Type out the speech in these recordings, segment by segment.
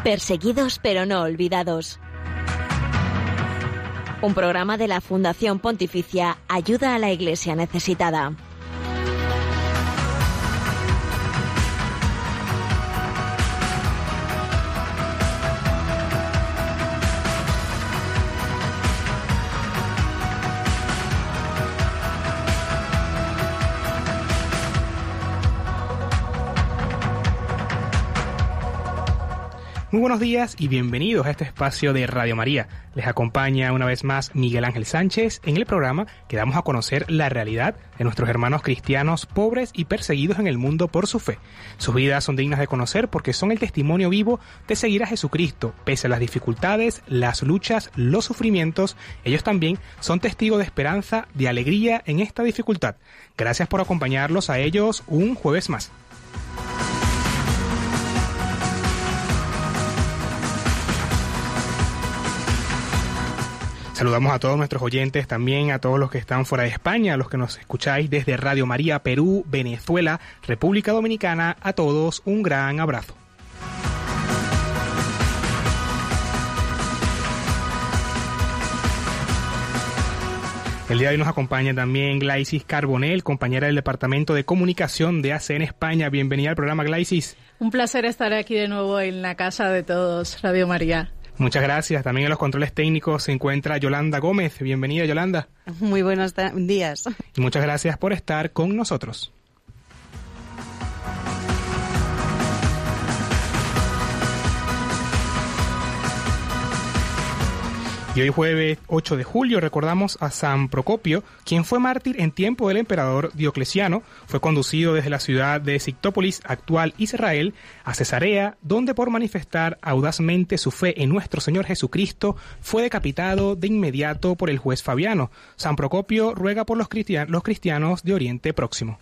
Perseguidos pero no olvidados. Un programa de la Fundación Pontificia Ayuda a la Iglesia Necesitada. Muy buenos días y bienvenidos a este espacio de Radio María. Les acompaña una vez más Miguel Ángel Sánchez en el programa que damos a conocer la realidad de nuestros hermanos cristianos pobres y perseguidos en el mundo por su fe. Sus vidas son dignas de conocer porque son el testimonio vivo de seguir a Jesucristo. Pese a las dificultades, las luchas, los sufrimientos, ellos también son testigos de esperanza, de alegría en esta dificultad. Gracias por acompañarlos a ellos un jueves más. Saludamos a todos nuestros oyentes, también a todos los que están fuera de España, a los que nos escucháis desde Radio María, Perú, Venezuela, República Dominicana. A todos un gran abrazo. El día de hoy nos acompaña también Glaisis Carbonell, compañera del Departamento de Comunicación de ACN España. Bienvenida al programa, Glaisis. Un placer estar aquí de nuevo en la casa de todos, Radio María. Muchas gracias. También en los controles técnicos se encuentra Yolanda Gómez. Bienvenida, Yolanda. Muy buenos días. Y muchas gracias por estar con nosotros. Y hoy jueves 8 de julio recordamos a San Procopio, quien fue mártir en tiempo del emperador Diocleciano. Fue conducido desde la ciudad de Sictópolis, actual Israel, a Cesarea, donde por manifestar audazmente su fe en nuestro Señor Jesucristo, fue decapitado de inmediato por el juez Fabiano. San Procopio ruega por los cristianos de Oriente Próximo.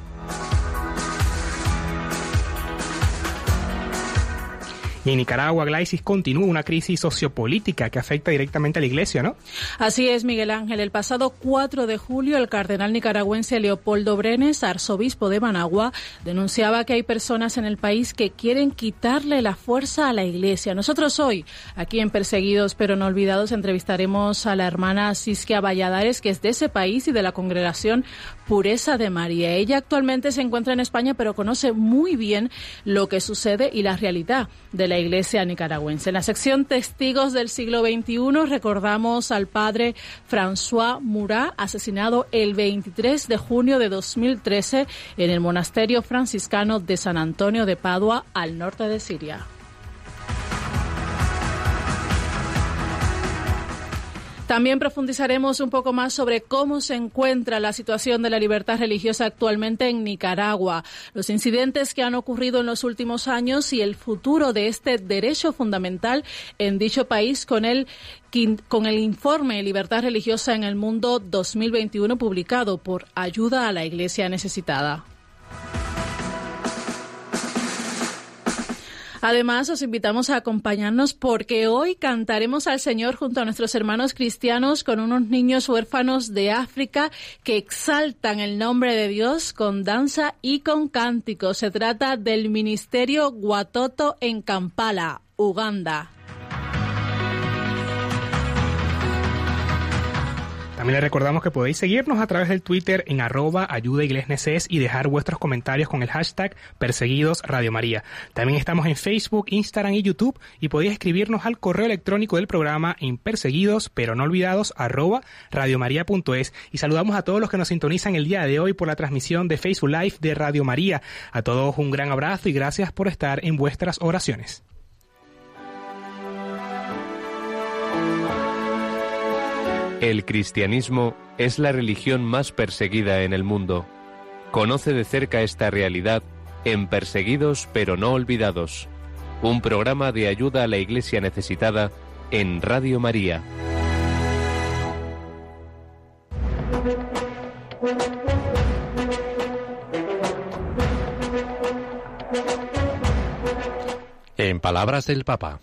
Y en Nicaragua, Glaisis, continúa una crisis sociopolítica que afecta directamente a la Iglesia, ¿no? Así es, Miguel Ángel. El pasado 4 de julio, el cardenal nicaragüense Leopoldo Brenes, arzobispo de Managua, denunciaba que hay personas en el país que quieren quitarle la fuerza a la Iglesia. Nosotros hoy, aquí en Perseguidos pero no olvidados, entrevistaremos a la hermana Siskia Valladares, que es de ese país y de la congregación Pureza de María. Ella actualmente se encuentra en España, pero conoce muy bien lo que sucede y la realidad de la Iglesia nicaragüense. En la sección Testigos del siglo XXI recordamos al padre François Murat, asesinado el 23 de junio de 2013 en el monasterio franciscano de San Antonio de Padua, al norte de Siria. También profundizaremos un poco más sobre cómo se encuentra la situación de la libertad religiosa actualmente en Nicaragua, los incidentes que han ocurrido en los últimos años y el futuro de este derecho fundamental en dicho país con el informe Libertad Religiosa en el Mundo 2021 publicado por Ayuda a la Iglesia Necesitada. Además, os invitamos a acompañarnos porque hoy cantaremos al Señor junto a nuestros hermanos cristianos con unos niños huérfanos de África que exaltan el nombre de Dios con danza y con cánticos. Se trata del Ministerio Watoto en Kampala, Uganda. También les recordamos que podéis seguirnos a través del Twitter en @ayudaiglesneces y dejar vuestros comentarios con el hashtag Perseguidos Radio María. También estamos en Facebook, Instagram y YouTube y podéis escribirnos al correo electrónico del programa en perseguidos pero no olvidados @radiomaria.es. Y saludamos a todos los que nos sintonizan el día de hoy por la transmisión de Facebook Live de Radio María. A todos un gran abrazo y gracias por estar en vuestras oraciones. El cristianismo es la religión más perseguida en el mundo. Conoce de cerca esta realidad en Perseguidos pero no olvidados, un programa de ayuda a la Iglesia necesitada en Radio María. En palabras del Papa.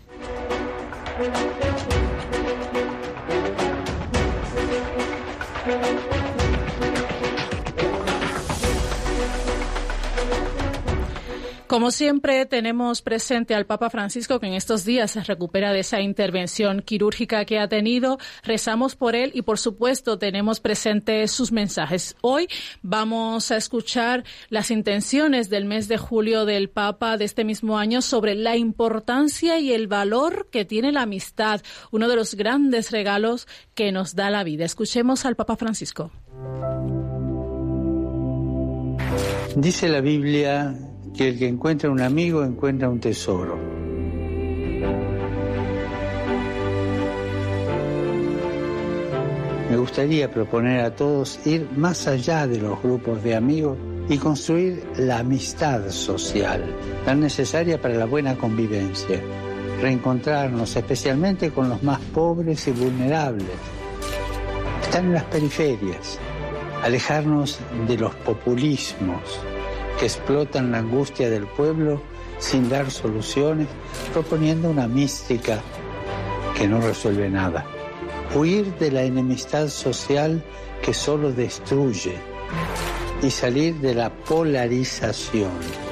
Como siempre, tenemos presente al Papa Francisco, que en estos días se recupera de esa intervención quirúrgica que ha tenido. Rezamos por él y, por supuesto, tenemos presentes sus mensajes. Hoy vamos a escuchar las intenciones del mes de julio del Papa de este mismo año sobre la importancia y el valor que tiene la amistad, uno de los grandes regalos que nos da la vida. Escuchemos al Papa Francisco. Dice la Biblia que el que encuentra un amigo encuentra un tesoro. Me gustaría proponer a todos ir más allá de los grupos de amigos y construir la amistad social, tan necesaria para la buena convivencia. Reencontrarnos especialmente con los más pobres y vulnerables. Están en las periferias. Alejarnos de los populismos que explotan la angustia del pueblo sin dar soluciones, proponiendo una mística que no resuelve nada. Huir de la enemistad social que solo destruye y salir de la polarización.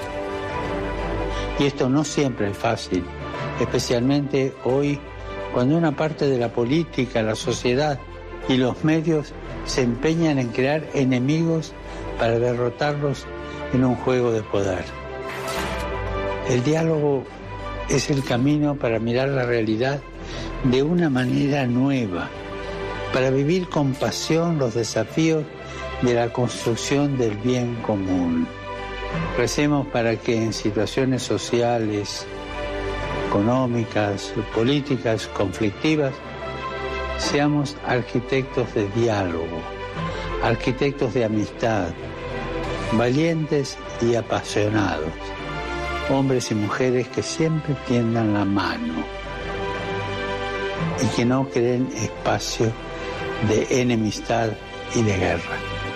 Y esto no siempre es fácil, especialmente hoy, cuando una parte de la política, la sociedad y los medios se empeñan en crear enemigos para derrotarlos en un juego de poder. El diálogo es el camino para mirar la realidad de una manera nueva, para vivir con pasión los desafíos de la construcción del bien común. Recemos para que en situaciones sociales, económicas, políticas, conflictivas, seamos arquitectos de diálogo, arquitectos de amistad, valientes y apasionados, hombres y mujeres que siempre tiendan la mano y que no creen espacio de enemistad y de guerra.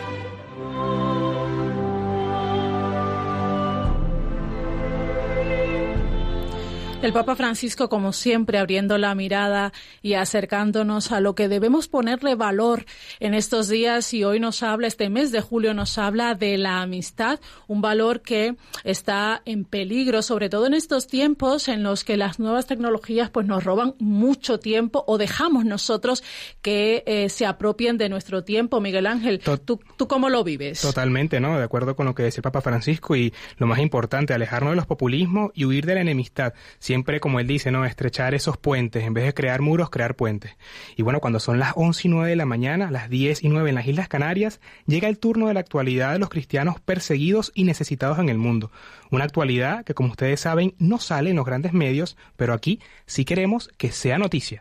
El Papa Francisco, como siempre, abriendo la mirada y acercándonos a lo que debemos ponerle valor en estos días, y hoy nos habla, este mes de julio nos habla de la amistad, un valor que está en peligro, sobre todo en estos tiempos en los que las nuevas tecnologías pues nos roban mucho tiempo o dejamos nosotros que se apropien de nuestro tiempo. Miguel Ángel, ¿tú cómo lo vives? Totalmente, ¿no? De acuerdo con lo que decía el Papa Francisco, y lo más importante, alejarnos de los populismos y huir de la enemistad. Siempre, como él dice, ¿no? Estrechar esos puentes, en vez de crear muros, crear puentes. Y bueno, cuando son las 11:09 de la mañana, las 10:09 en las Islas Canarias, llega el turno de la actualidad de los cristianos perseguidos y necesitados en el mundo. Una actualidad que, como ustedes saben, no sale en los grandes medios, pero aquí sí queremos que sea noticia.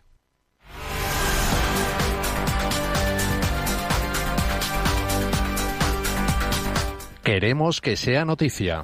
Queremos que sea noticia.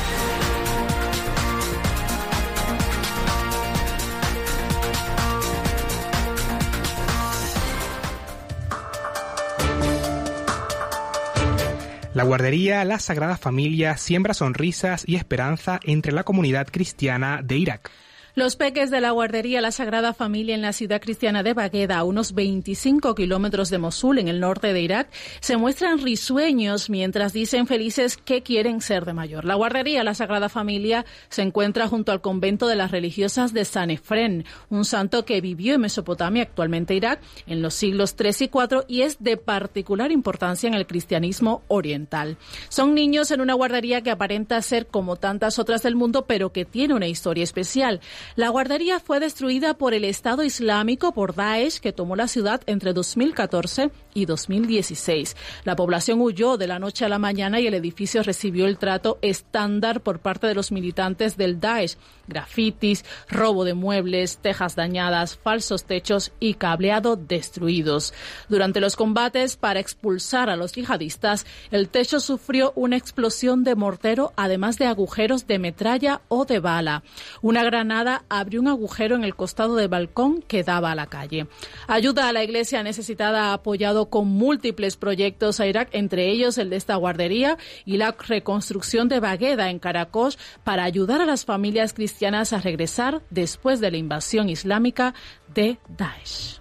La guardería La Sagrada Familia siembra sonrisas y esperanza entre la comunidad cristiana de Irak. Los peques de la guardería La Sagrada Familia en la ciudad cristiana de Bagueda, a unos 25 kilómetros de Mosul, en el norte de Irak, se muestran risueños mientras dicen felices que quieren ser de mayor. La guardería La Sagrada Familia se encuentra junto al convento de las religiosas de San Efrén, un santo que vivió en Mesopotamia, actualmente Irak, en los siglos III y IV, y es de particular importancia en el cristianismo oriental. Son niños en una guardería que aparenta ser como tantas otras del mundo, pero que tiene una historia especial. La guardería fue destruida por el Estado Islámico, por Daesh, que tomó la ciudad entre 2014 y 2016. La población huyó de la noche a la mañana y el edificio recibió el trato estándar por parte de los militantes del Daesh: grafitis, robo de muebles, tejas dañadas, falsos techos y cableado destruidos. Durante los combates para expulsar a los yihadistas, el techo sufrió una explosión de mortero, además de agujeros de metralla o de bala. Una granada abrió un agujero en el costado del balcón que daba a la calle. Ayuda a la Iglesia necesitada ha apoyado con múltiples proyectos a Irak, entre ellos el de esta guardería y la reconstrucción de Bagueda en Caracos, para ayudar a las familias cristianas a regresar después de la invasión islámica de Daesh.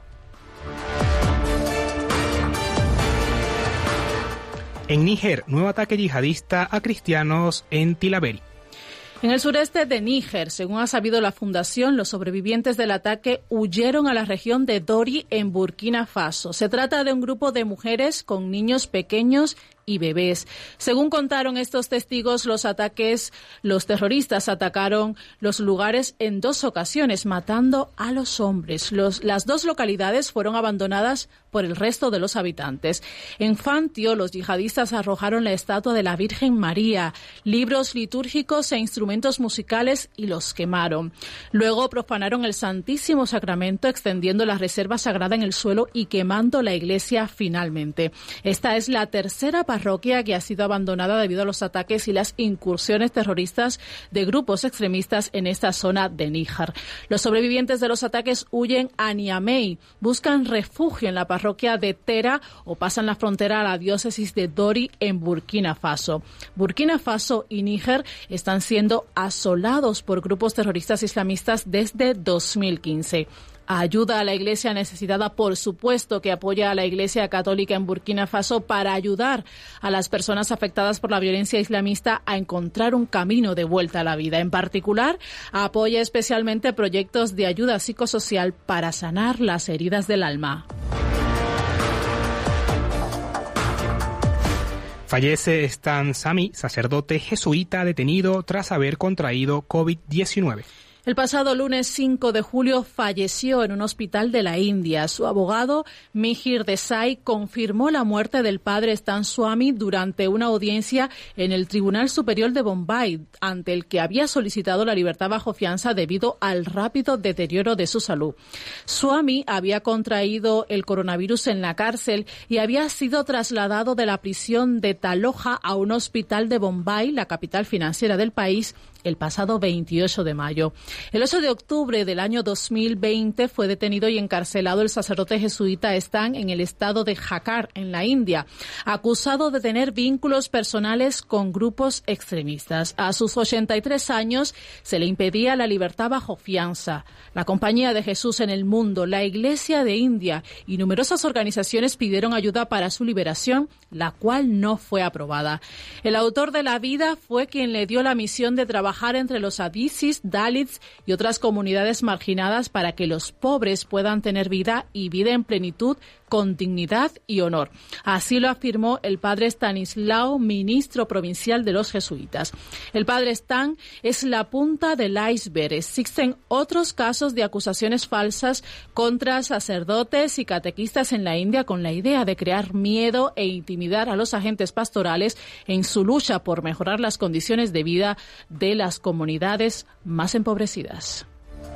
En Níger, nuevo ataque yihadista a cristianos en Tilaberi. En el sureste de Níger, según ha sabido la Fundación, los sobrevivientes del ataque huyeron a la región de Dori en Burkina Faso. Se trata de un grupo de mujeres con niños pequeños y bebés. Según contaron estos testigos, los terroristas atacaron los lugares en 2 ocasiones, matando a los hombres. Las 2 localidades fueron abandonadas por el resto de los habitantes. En Fantio, los yihadistas arrojaron la estatua de la Virgen María, libros litúrgicos e instrumentos musicales y los quemaron. Luego profanaron el Santísimo Sacramento, extendiendo la reserva sagrada en el suelo y quemando la iglesia finalmente. Esta es la tercera parroquia que ha sido abandonada debido a los ataques y las incursiones terroristas de grupos extremistas en esta zona de Níger. Los sobrevivientes de los ataques huyen a Niamey, buscan refugio en la parroquia de Tera o pasan la frontera a la diócesis de Dori en Burkina Faso. Burkina Faso y Níger están siendo asolados por grupos terroristas islamistas desde 2015. Ayuda a la Iglesia necesitada, por supuesto, que apoya a la Iglesia Católica en Burkina Faso para ayudar a las personas afectadas por la violencia islamista a encontrar un camino de vuelta a la vida. En particular, apoya especialmente proyectos de ayuda psicosocial para sanar las heridas del alma. Fallece Stan Sami, sacerdote jesuita detenido tras haber contraído COVID-19. El pasado lunes 5 de julio falleció en un hospital de la India. Su abogado, Mihir Desai, confirmó la muerte del padre Stan Swami durante una audiencia en el Tribunal Superior de Bombay, ante el que había solicitado la libertad bajo fianza debido al rápido deterioro de su salud. Swami había contraído el coronavirus en la cárcel y había sido trasladado de la prisión de Taloja a un hospital de Bombay, la capital financiera del país, el pasado 28 de mayo. El 8 de octubre del año 2020 fue detenido y encarcelado el sacerdote jesuita Stan en el estado de Jharkhand, en la India, acusado de tener vínculos personales con grupos extremistas. A sus 83 años se le impedía la libertad bajo fianza. La Compañía de Jesús en el Mundo, la Iglesia de India y numerosas organizaciones pidieron ayuda para su liberación, la cual no fue aprobada. El autor de la vida fue quien le dio la misión de trabajar entre los adisis, dalits y otras comunidades marginadas para que los pobres puedan tener vida y vida en plenitud, con dignidad y honor. Así lo afirmó el padre Stanislao, ministro provincial de los jesuitas. El padre Stan es la punta del iceberg. Existen otros casos de acusaciones falsas contra sacerdotes y catequistas en la India con la idea de crear miedo e intimidar a los agentes pastorales en su lucha por mejorar las condiciones de vida de las comunidades más empobrecidas.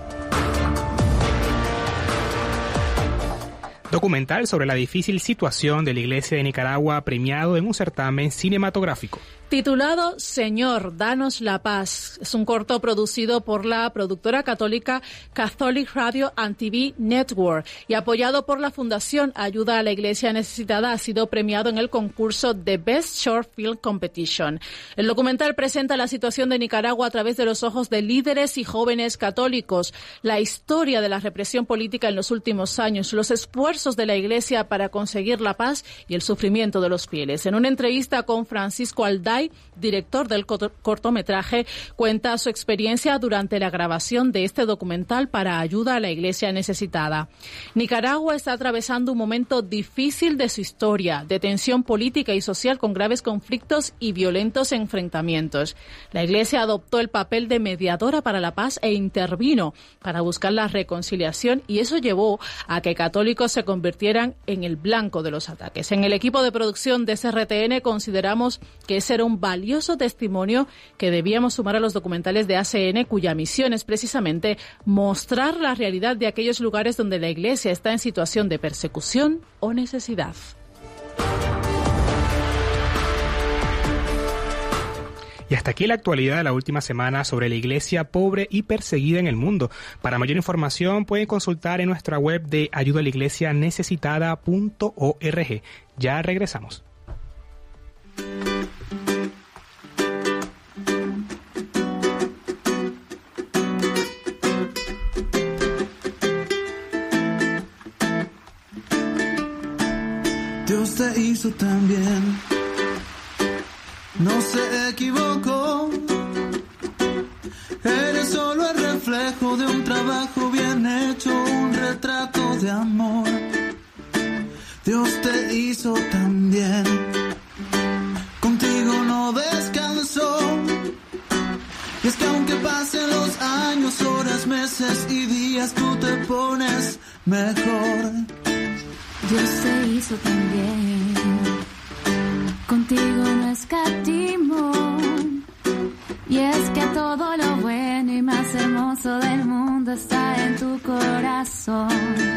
Documental sobre la difícil situación de la Iglesia de Nicaragua premiado en un certamen cinematográfico. Titulado Señor, danos la paz. Es un corto producido por la productora católica Catholic Radio and TV Network y apoyado por la Fundación Ayuda a la Iglesia Necesitada. Ha sido premiado en el concurso The Best Short Film Competition. El documental presenta la situación de Nicaragua a través de los ojos de líderes y jóvenes católicos, la historia de la represión política en los últimos años, los esfuerzos de la Iglesia para conseguir la paz y el sufrimiento de los fieles. En una entrevista con Francisco Alday, director del cortometraje, cuenta su experiencia durante la grabación de este documental para Ayuda a la Iglesia Necesitada. Nicaragua está atravesando un momento difícil de su historia, de tensión política y social con graves conflictos y violentos enfrentamientos. La Iglesia adoptó el papel de mediadora para la paz e intervino para buscar la reconciliación, y eso llevó a que católicos se convirtieran en el blanco de los ataques. En el equipo de producción de SRTN consideramos que ese era un valioso testimonio que debíamos sumar a los documentales de ACN, cuya misión es precisamente mostrar la realidad de aquellos lugares donde la Iglesia está en situación de persecución o necesidad. Y hasta aquí la actualidad de la última semana sobre la Iglesia pobre y perseguida en el mundo. Para mayor información pueden consultar en nuestra web de ayudalaiglesianecesitada.org. Ya regresamos. Dios te hizo tan bien, no se equivocó, Eres solo el reflejo de un trabajo bien hecho, un retrato de amor. Dios te hizo tan bien, contigo no descansó. Y es que aunque pasen los años, horas, meses y días, tú te pones mejor. Dios te hizo tan bien, contigo no escatimó. Y es que todo lo bueno y más hermoso del mundo está en tu corazón.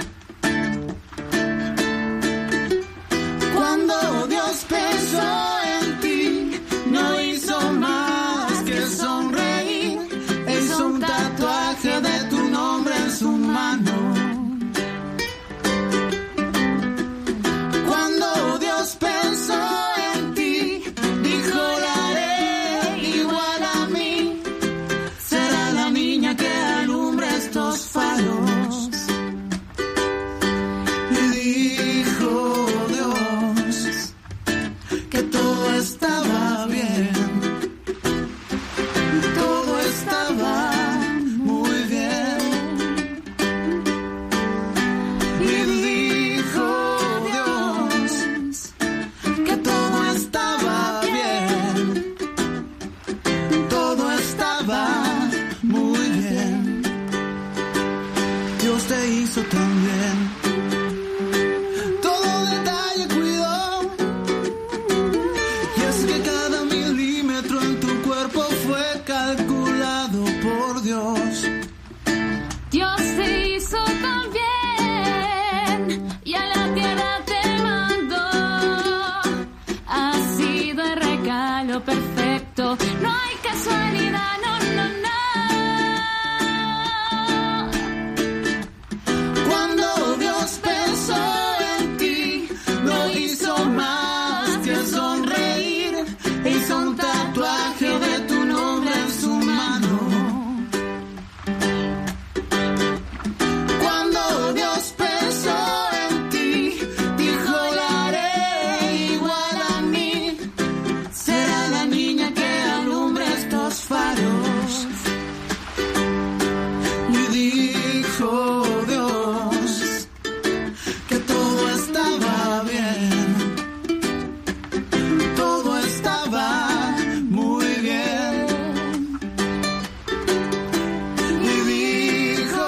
Cuando Dios pensó en ti, no hizo más que sonreír. Hizo un tatuaje de tu nombre en su mano. Cuando Dios pensó en ti, dijo la haré igual a mí. Será la niña que alumbre estos faros. Y dijo Dios que todo estaba bien. Todo estaba muy bien. Y dijo Dios que todo estaba bien. Todo estaba muy bien. Dios te hizo tan bien. Todo detalle cuidó. Y es que cada milímetro en tu cuerpo fue calculado por Dios. Dios te hizo tan bien y a la tierra te mandó. Ha sido el regalo perfecto, no hay casualidad, no, no, no. Cuando Dios pensó en ti, no hizo más que sonreír. Hizo un tatuaje de tu nombre en su mano. Cuando Dios pensó en ti, dijo la haré igual a mí. Será la niña que alumbre estos faros. Y dijo Dios que todo estaba bien. Todo estaba muy bien. Y dijo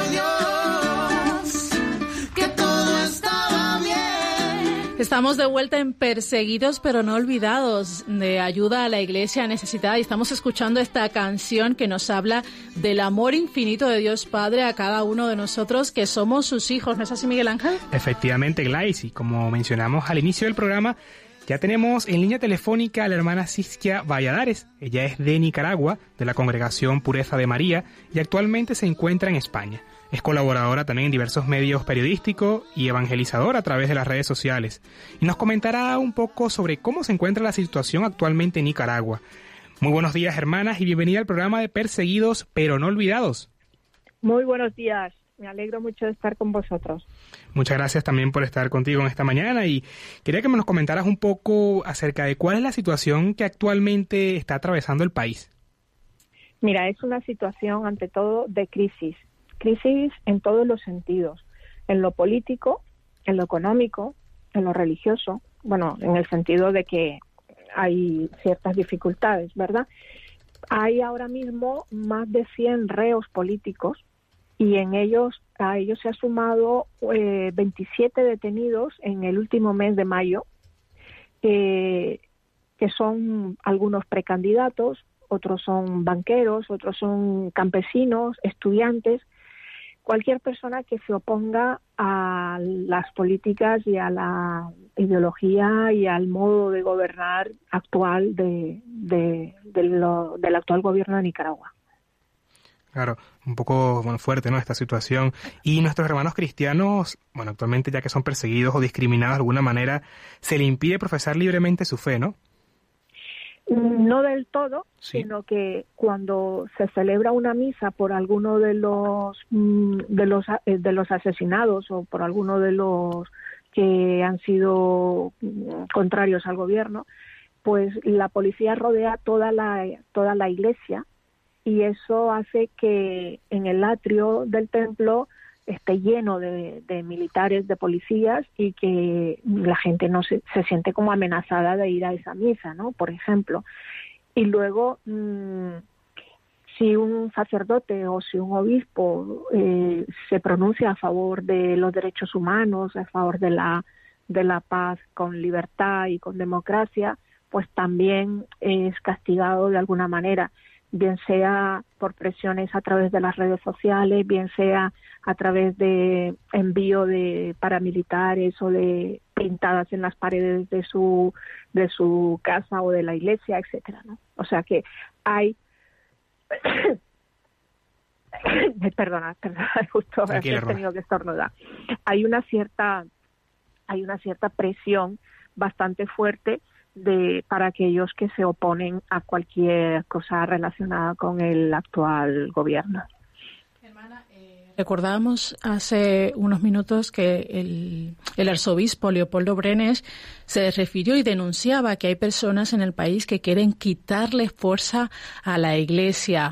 Dios que todo estaba bien. Estamos de vuelta en Perseguidos pero no olvidados, de ayuda a la iglesia necesitada, y estamos escuchando esta canción que nos habla del amor infinito de Dios Padre a cada uno de nosotros que somos sus hijos. ¿No es así, Miguel Ángel? Efectivamente, Gladys, y como mencionamos al inicio del programa, ya tenemos en línea telefónica a la hermana Siskia Valladares. Ella es de Nicaragua, de la Congregación Pureza de María, y actualmente se encuentra en España. Es colaboradora también en diversos medios periodísticos y evangelizadora a través de las redes sociales. Y nos comentará un poco sobre cómo se encuentra la situación actualmente en Nicaragua. Muy buenos días, hermanas, y bienvenida al programa de Perseguidos pero no olvidados. Muy buenos días. Me alegro mucho de estar con vosotros. Muchas gracias también por estar contigo en esta mañana, y quería que nos comentaras un poco acerca de cuál es la situación que actualmente está atravesando el país. Mira, es una situación ante todo de crisis en todos los sentidos, en lo político, en lo económico, en lo religioso, bueno, en el sentido de que hay ciertas dificultades, ¿verdad? Hay ahora mismo más de 100 reos políticos, y a ellos se ha sumado 27 detenidos en el último mes de mayo, que son algunos precandidatos, otros son banqueros, otros son campesinos, estudiantes, cualquier persona que se oponga a las políticas y a la ideología y al modo de gobernar actual del actual gobierno de Nicaragua. Claro, un poco fuerte, ¿no?, esta situación. Y nuestros hermanos cristianos, actualmente, ya que son perseguidos o discriminados de alguna manera, se les impide profesar libremente su fe, ¿no? No del todo, sí, sino que cuando se celebra una misa por alguno de los asesinados o por alguno de los que han sido contrarios al gobierno, pues la policía rodea toda la iglesia y eso hace que en el atrio del templo esté lleno de militares, de policías, y que la gente no se siente como amenazada de ir a esa misa, ¿no? Por ejemplo. Y luego, si un sacerdote o si un obispo se pronuncia a favor de los derechos humanos, a favor de la paz con libertad y con democracia, pues también es castigado de alguna manera, bien sea por presiones a través de las redes sociales, bien sea a través de envío de paramilitares o de pintadas en las paredes de su casa o de la iglesia, etcétera, ¿no? O sea que hay perdona, justo he tenido que estornudar. Hay una cierta presión bastante fuerte para aquellos que se oponen a cualquier cosa relacionada con el actual gobierno. Hermana, recordábamos hace unos minutos que el arzobispo Leopoldo Brenes se refirió y denunciaba que hay personas en el país que quieren quitarle fuerza a la Iglesia.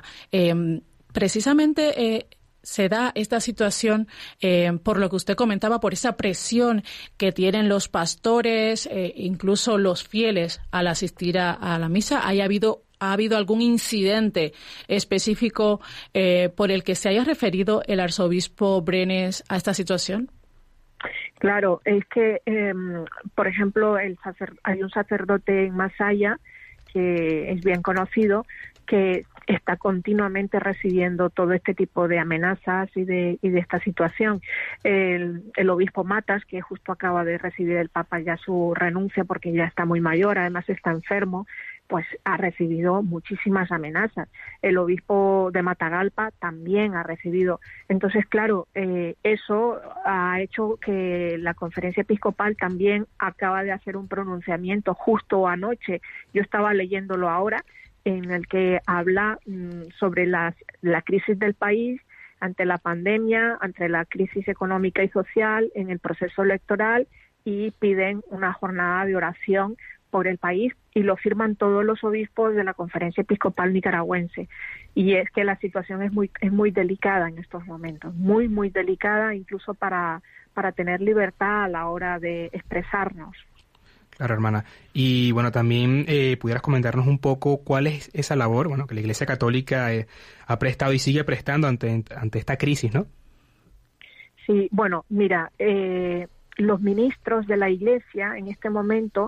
Precisamente se da esta situación por lo que usted comentaba, por esa presión que tienen los pastores, incluso los fieles al asistir a la misa. ¿Ha habido algún incidente específico por el que se haya referido el arzobispo Brenes a esta situación? Claro, es que, por ejemplo, hay un sacerdote en Masaya que es bien conocido, que está continuamente recibiendo todo este tipo de amenazas y de esta situación. El obispo Matas, que justo acaba de recibir el Papa ya su renuncia porque ya está muy mayor, además está enfermo, pues ha recibido muchísimas amenazas. El obispo de Matagalpa también ha recibido. Entonces, claro, eso ha hecho que la Conferencia Episcopal también acaba de hacer un pronunciamiento justo anoche. Yo estaba leyéndolo ahora, en el que habla sobre la crisis del país ante la pandemia, ante la crisis económica y social, en el proceso electoral, y piden una jornada de oración por el país, y lo firman todos los obispos de la Conferencia Episcopal Nicaragüense. Y es que la situación es muy delicada en estos momentos, muy, muy delicada, incluso para tener libertad a la hora de expresarnos. Claro, hermana. Y bueno, también pudieras comentarnos un poco cuál es esa labor, bueno, que la Iglesia Católica ha prestado y sigue prestando ante esta crisis, ¿no? Sí, bueno, mira, los ministros de la Iglesia en este momento,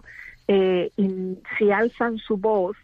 si alzan su voz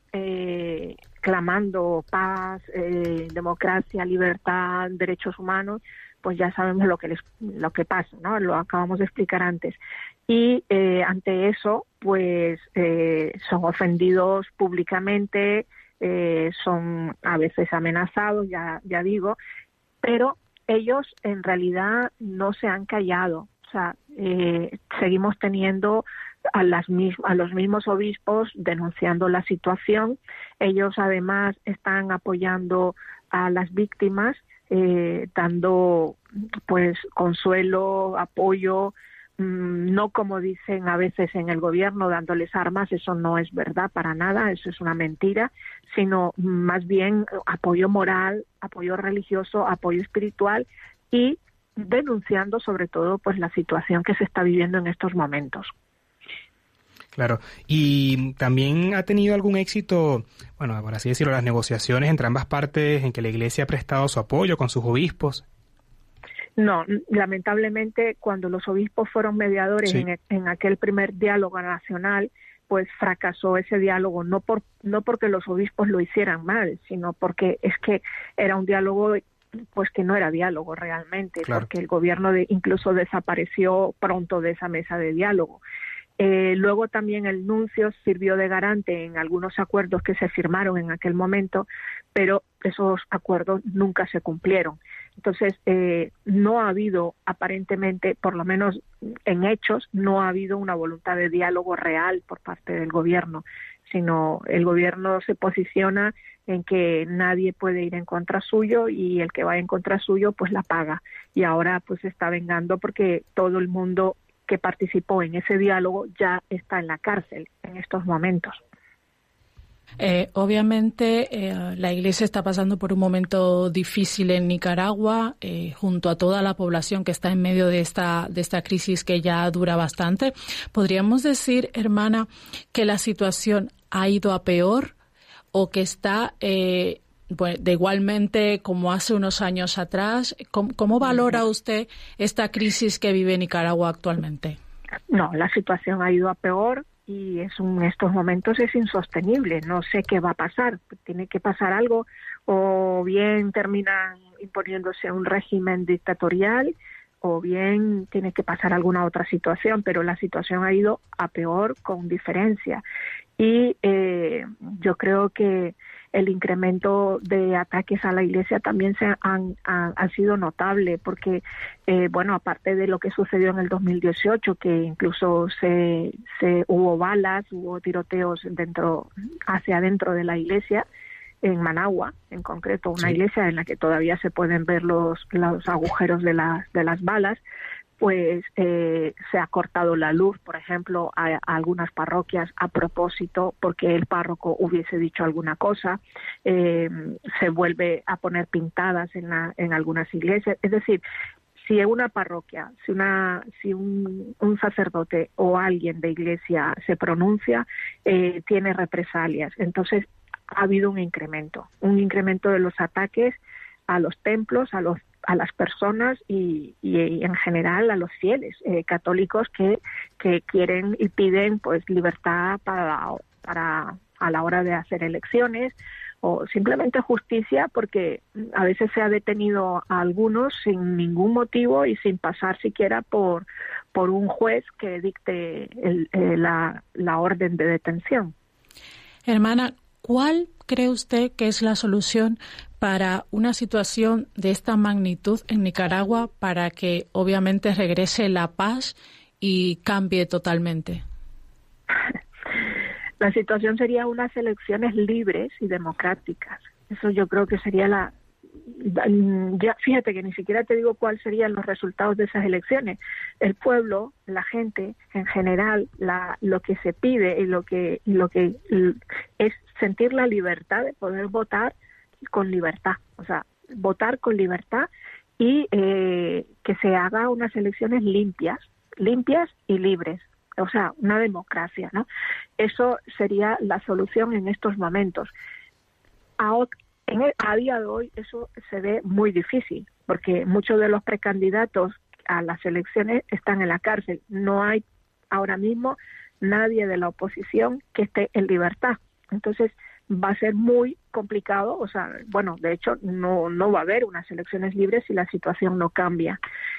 clamando paz, democracia, libertad, derechos humanos, pues ya sabemos lo que pasa, ¿no? Lo acabamos de explicar antes. Y ante eso, pues son ofendidos públicamente, son a veces amenazados, ya digo, pero ellos en realidad no se han callado. O sea, seguimos teniendo a los mismos obispos denunciando la situación. Ellos además están apoyando a las víctimas, dando pues consuelo, apoyo, no como dicen a veces en el gobierno, dándoles armas. Eso no es verdad para nada, eso es una mentira, sino más bien apoyo moral, apoyo religioso, apoyo espiritual, y denunciando sobre todo pues la situación que se está viviendo en estos momentos. Claro, y también ha tenido algún éxito, bueno, por así decirlo, las negociaciones entre ambas partes en que la Iglesia ha prestado su apoyo con sus obispos. No, lamentablemente cuando los obispos fueron mediadores, sí, en aquel primer diálogo nacional, pues fracasó ese diálogo, no porque los obispos lo hicieran mal, sino porque es que era un diálogo pues que no era diálogo realmente, claro, porque el gobierno incluso desapareció pronto de esa mesa de diálogo. Luego también el nuncio sirvió de garante en algunos acuerdos que se firmaron en aquel momento, pero esos acuerdos nunca se cumplieron. Entonces, no ha habido aparentemente, por lo menos en hechos, no ha habido una voluntad de diálogo real por parte del gobierno, sino el gobierno se posiciona en que nadie puede ir en contra suyo y el que va en contra suyo pues la paga. Y ahora pues se está vengando porque todo el mundo que participó en ese diálogo ya está en la cárcel en estos momentos. Obviamente la Iglesia está pasando por un momento difícil en Nicaragua, junto a toda la población que está en medio de esta crisis que ya dura bastante. ¿Podríamos decir, hermana, que la situación ha ido a peor o que está de igualmente como hace unos años atrás? ¿Cómo valora usted esta crisis que vive Nicaragua actualmente? No, la situación ha ido a peor. Y en estos momentos es insostenible. No sé qué va a pasar. Tiene que pasar algo, o bien terminan imponiéndose un régimen dictatorial, o bien tiene que pasar alguna otra situación, pero la situación ha ido a peor con diferencia. Y yo creo que el incremento de ataques a la Iglesia también ha sido notable, porque, aparte de lo que sucedió en el 2018, que incluso hubo balas, hubo tiroteos hacia adentro de la Iglesia, en Managua, en concreto, una iglesia en la que todavía se pueden ver los agujeros de las balas, pues se ha cortado la luz, por ejemplo, a algunas parroquias a propósito, porque el párroco hubiese dicho alguna cosa. Se vuelve a poner pintadas en algunas iglesias. Es decir, si una parroquia, si un sacerdote o alguien de iglesia se pronuncia, tiene represalias. Entonces, ha habido un incremento de los ataques a los templos, a las personas y en general a los fieles católicos que quieren y piden pues libertad para a la hora de hacer elecciones, o simplemente justicia, porque a veces se ha detenido a algunos sin ningún motivo y sin pasar siquiera por un juez que dicte la orden de detención. Hermana, ¿cuál cree usted que es la solución para una situación de esta magnitud en Nicaragua, para que obviamente regrese la paz y cambie totalmente? La situación sería unas elecciones libres y democráticas. Eso yo creo que sería ya fíjate que ni siquiera te digo cuáles serían los resultados de esas elecciones. El pueblo, la gente en general, lo que se pide y lo que es sentir la libertad de poder votar con libertad, o sea, votar con libertad y que se haga unas elecciones limpias y libres, o sea, una democracia, ¿no? Eso sería la solución en estos momentos. A día de hoy eso se ve muy difícil, porque muchos de los precandidatos a las elecciones están en la cárcel. No hay ahora mismo nadie de la oposición que esté en libertad. Entonces va a ser muy complicado, o sea, bueno, de hecho no va a haber unas elecciones libres si la situación no cambia.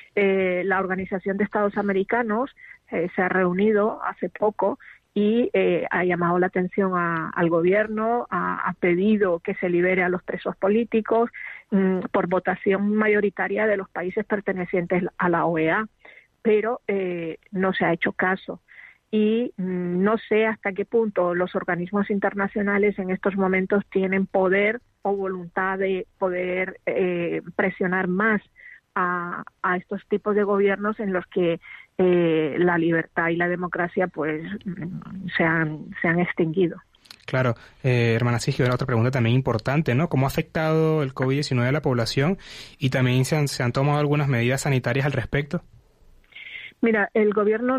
La Organización de Estados Americanos se ha reunido hace poco y ha llamado la atención al gobierno, ha pedido que se libere a los presos políticos por votación mayoritaria de los países pertenecientes a la OEA, pero no se ha hecho caso. Y no sé hasta qué punto los organismos internacionales en estos momentos tienen poder o voluntad de poder presionar más a estos tipos de gobiernos en los que la libertad y la democracia pues se han extinguido. Claro, hermana Sigio, otra pregunta también importante, ¿no? ¿Cómo ha afectado el COVID-19 a la población? Y también se han tomado algunas medidas sanitarias al respecto. Mira, el gobierno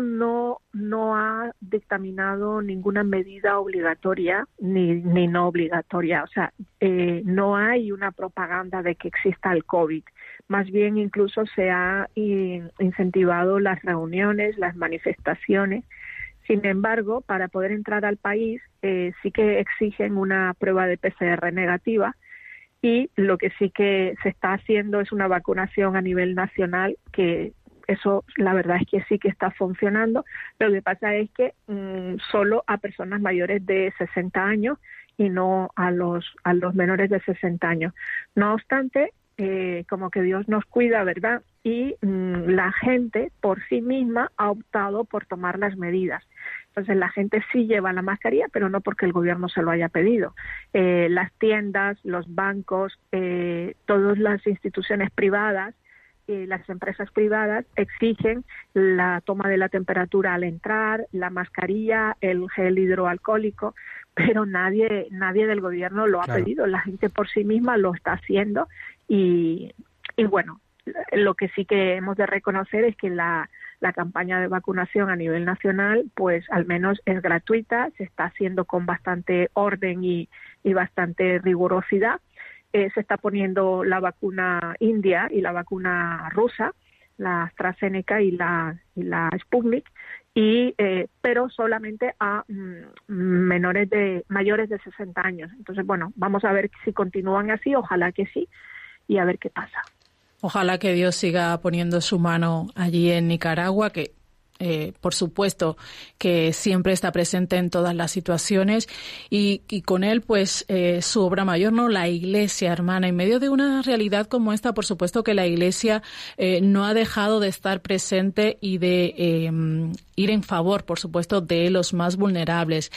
no ha dictaminado ninguna medida obligatoria ni no obligatoria. O sea, no hay una propaganda de que exista el COVID. Más bien, incluso se ha incentivado las reuniones, las manifestaciones. Sin embargo, para poder entrar al país, sí que exigen una prueba de PCR negativa. Y lo que sí que se está haciendo es una vacunación a nivel nacional, que eso la verdad es que sí que está funcionando. Lo que pasa es que solo a personas mayores de 60 años y no a los menores de 60 años. No obstante, como que Dios nos cuida, ¿verdad? Y la gente por sí misma ha optado por tomar las medidas. Entonces la gente sí lleva la mascarilla, pero no porque el gobierno se lo haya pedido. Las tiendas, los bancos, todas las instituciones privadas las empresas privadas exigen la toma de la temperatura al entrar, la mascarilla, el gel hidroalcohólico, pero nadie del gobierno lo ha pedido. La gente por sí misma lo está haciendo y bueno, lo que sí que hemos de reconocer es que la campaña de vacunación a nivel nacional, pues al menos es gratuita, se está haciendo con bastante orden y bastante rigurosidad. Se está poniendo la vacuna india y la vacuna rusa, la AstraZeneca y la Sputnik, pero solamente a mayores de 60 años. Entonces, bueno, vamos a ver si continúan así, ojalá que sí, y a ver qué pasa. Ojalá que Dios siga poniendo su mano allí en Nicaragua, que por supuesto que siempre está presente en todas las situaciones y con él pues su obra mayor, ¿no? La Iglesia, hermana, en medio de una realidad como esta, por supuesto que la Iglesia no ha dejado de estar presente y de ir en favor, por supuesto, de los más vulnerables.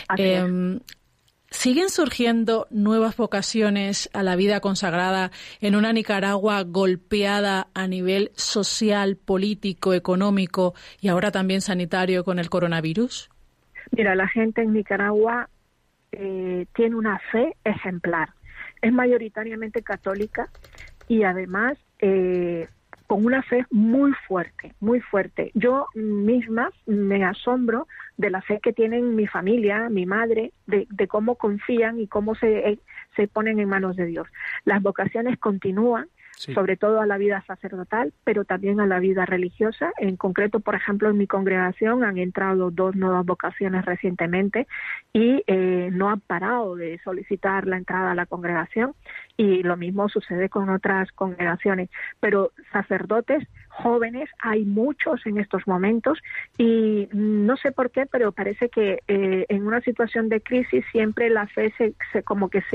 ¿Siguen surgiendo nuevas vocaciones a la vida consagrada en una Nicaragua golpeada a nivel social, político, económico y ahora también sanitario con el coronavirus? Mira, la gente en Nicaragua tiene una fe ejemplar. Es mayoritariamente católica y además con una fe muy fuerte, muy fuerte. Yo misma me asombro de la fe que tienen mi familia, mi madre, de cómo confían y cómo se ponen en manos de Dios. Las vocaciones continúan, sobre todo a la vida sacerdotal, pero también a la vida religiosa. En concreto, por ejemplo, en mi congregación han entrado 2 nuevas vocaciones recientemente y no han parado de solicitar la entrada a la congregación, y lo mismo sucede con otras congregaciones. Pero sacerdotes jóvenes hay muchos en estos momentos y no sé por qué, pero parece que en una situación de crisis siempre la fe como que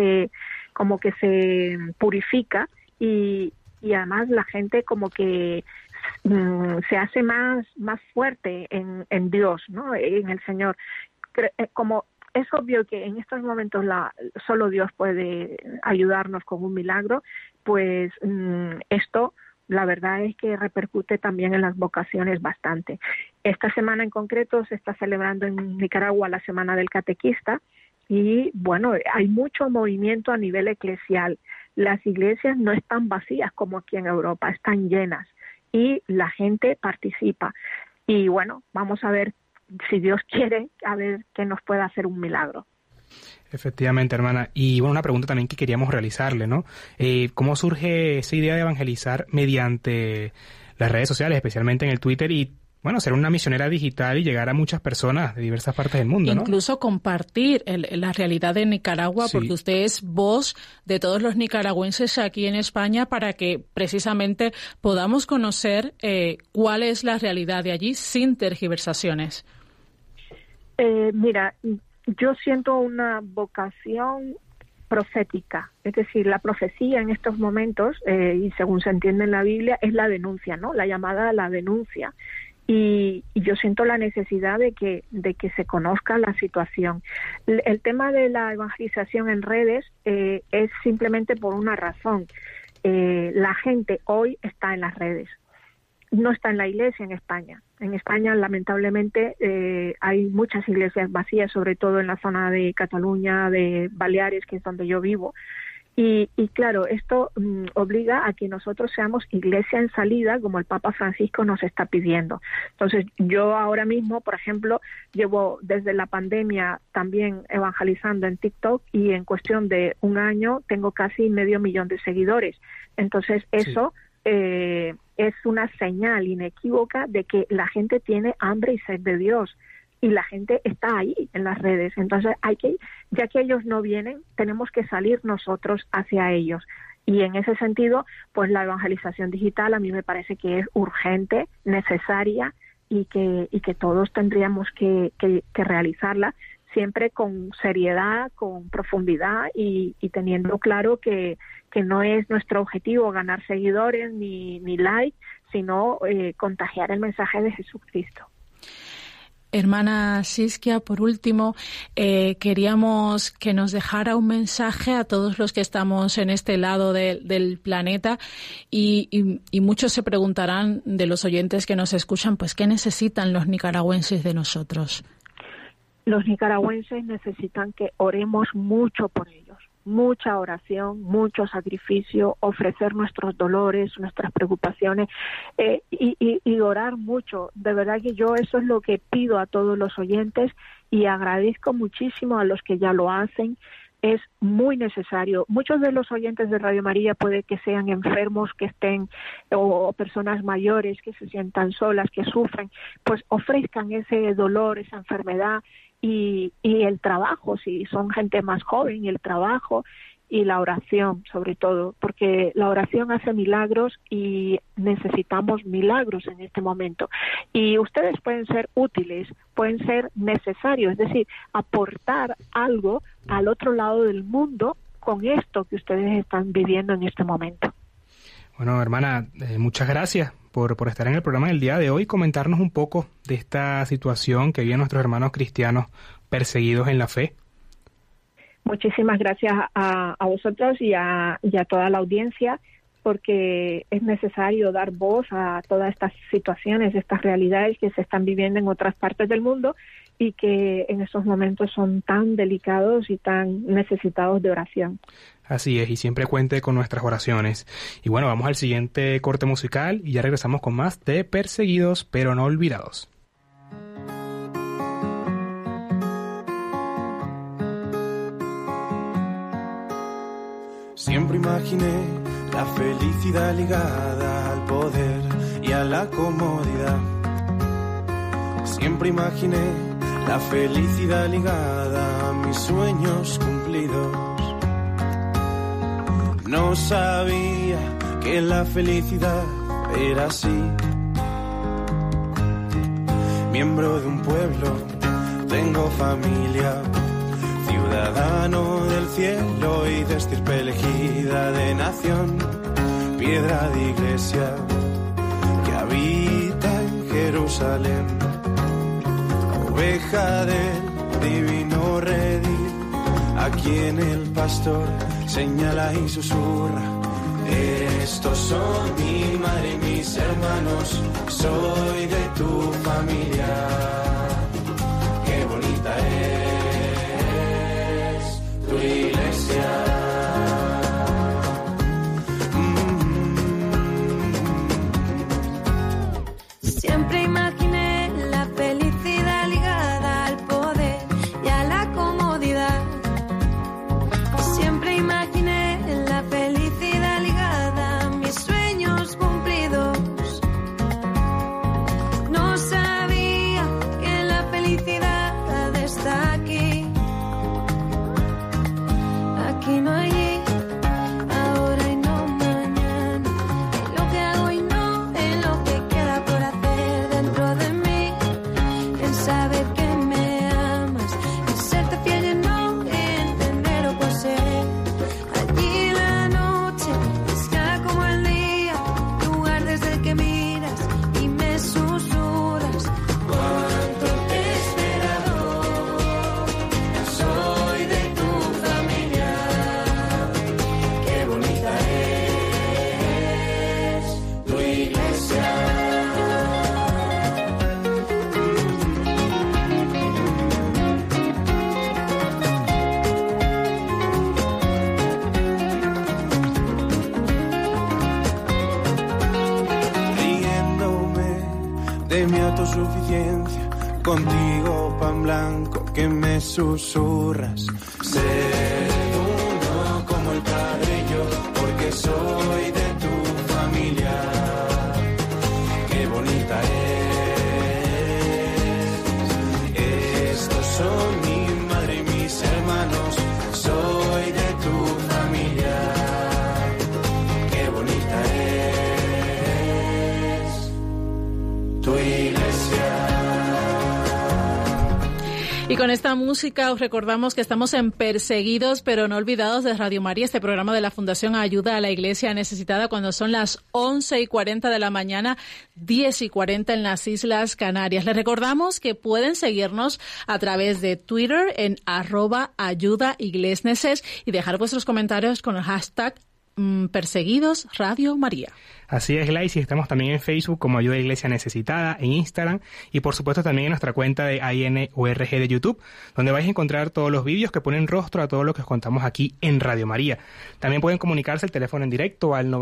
se purifica y además la gente como que se hace más fuerte en Dios, ¿no? En el Señor. Como es obvio que en estos momentos solo Dios puede ayudarnos con un milagro, pues esto la verdad es que repercute también en las vocaciones bastante. Esta semana en concreto se está celebrando en Nicaragua la Semana del Catequista y bueno, hay mucho movimiento a nivel eclesial. Las iglesias no están vacías como aquí en Europa, están llenas y la gente participa. Y bueno, vamos a ver si Dios quiere, a ver qué nos puede hacer un milagro. Efectivamente, hermana. Y bueno, una pregunta también que queríamos realizarle, ¿no? ¿Cómo surge esa idea de evangelizar mediante las redes sociales, especialmente en el Twitter, y bueno, ser una misionera digital y llegar a muchas personas de diversas partes del mundo, ¿no? Incluso compartir la realidad de Nicaragua, porque usted es voz de todos los nicaragüenses aquí en España para que precisamente podamos conocer cuál es la realidad de allí sin tergiversaciones. Mira, yo siento una vocación profética, es decir, la profecía en estos momentos, y según se entiende en la Biblia, es la denuncia, ¿no? La llamada a la denuncia. Y yo siento la necesidad de que se conozca la situación. El tema de la evangelización en redes es simplemente por una razón. La gente hoy está en las redes, no está en la iglesia en España. En España, lamentablemente, hay muchas iglesias vacías, sobre todo en la zona de Cataluña, de Baleares, que es donde yo vivo. Y claro, esto obliga a que nosotros seamos iglesia en salida, como el Papa Francisco nos está pidiendo. Entonces, yo ahora mismo, por ejemplo, llevo desde la pandemia también evangelizando en TikTok y en cuestión de un año tengo casi 500,000 de seguidores. Entonces, eso es una señal inequívoca de que la gente tiene hambre y sed de Dios. Y la gente está ahí en las redes. Entonces, ya que ellos no vienen, tenemos que salir nosotros hacia ellos. Y en ese sentido, pues la evangelización digital a mí me parece que es urgente, necesaria y que todos tendríamos que realizarla siempre con seriedad, con profundidad y teniendo claro que no es nuestro objetivo ganar seguidores ni like, sino contagiar el mensaje de Jesucristo. Hermana Siskia, por último, queríamos que nos dejara un mensaje a todos los que estamos en este lado del planeta y muchos se preguntarán de los oyentes que nos escuchan, pues, ¿qué necesitan los nicaragüenses de nosotros? Los nicaragüenses necesitan que oremos mucho por ellos. Mucha oración, mucho sacrificio, ofrecer nuestros dolores, nuestras preocupaciones y orar mucho. De verdad que yo eso es lo que pido a todos los oyentes y agradezco muchísimo a los que ya lo hacen. Es muy necesario. Muchos de los oyentes de Radio María puede que sean enfermos, que estén, o personas mayores que se sientan solas, que sufren, pues ofrezcan ese dolor, esa enfermedad y el trabajo, si son gente más joven, el trabajo y la oración, sobre todo, porque la oración hace milagros y necesitamos milagros en este momento. Y ustedes pueden ser útiles, pueden ser necesarios, es decir, aportar algo al otro lado del mundo con esto que ustedes están viviendo en este momento. Bueno, hermana, muchas gracias por estar en el programa del día de hoy y comentarnos un poco de esta situación que viven nuestros hermanos cristianos perseguidos en la fe. Muchísimas gracias a vosotros y a toda la audiencia, porque es necesario dar voz a todas estas situaciones, estas realidades que se están viviendo en otras partes del mundo y que en estos momentos son tan delicados y tan necesitados de oración. Así es, y siempre cuente con nuestras oraciones. Y bueno, vamos al siguiente corte musical y ya regresamos con más de Perseguidos pero no olvidados. Siempre imaginé la felicidad ligada al poder y a la comodidad. Siempre imaginé la felicidad ligada a mis sueños cumplidos. No sabía que la felicidad era así. Miembro de un pueblo, tengo familia, ciudadano del cielo y de estirpe elegida de nación, piedra de iglesia que habita en Jerusalén, oveja del divino redil, a quien el pastor señala y susurra: estos son mi madre y mis hermanos, soy de tu familia, qué bonita es tu iglesia. Siempre imaginé la felicidad ligada al poder y a la comodidad. Siempre imaginé la felicidad ligada a mis sueños cumplidos. No sabía que la felicidad está aquí. Aquí no allí, ahora y no mañana. En lo que hago y no en lo que queda por hacer dentro de mí. En saber que me amas, en serte fiel y no entender o poseer. Allí la noche está como el día, lugar desde el que miras y me susurras. Cuánto te he esperado, soy de tu familia, qué bonita es tu iglesia. Riéndome de mi autosuficiencia, contigo pan blanco que me susurras. Ser uno como el Padre y yo, porque soy de tu familia, qué bonita es. Estos son mi madre y mis hermanos, soy de tu familia, qué bonita es tu iglesia. Y con esta música os recordamos que estamos en Perseguidos pero no olvidados de Radio María, este programa de la Fundación Ayuda a la Iglesia Necesitada, cuando son las 11:40 de la mañana, 10:40 en las Islas Canarias. Les recordamos que pueden seguirnos a través de Twitter en @ayudaiglesneses y dejar vuestros comentarios con el hashtag Perseguidos Radio María. Así es, Gladys, y estamos también en Facebook como Ayuda a Iglesia Necesitada, en Instagram y por supuesto también en nuestra cuenta de INORG de YouTube, donde vais a encontrar todos los vídeos que ponen rostro a todo lo que os contamos aquí en Radio María. También pueden comunicarse el teléfono en directo al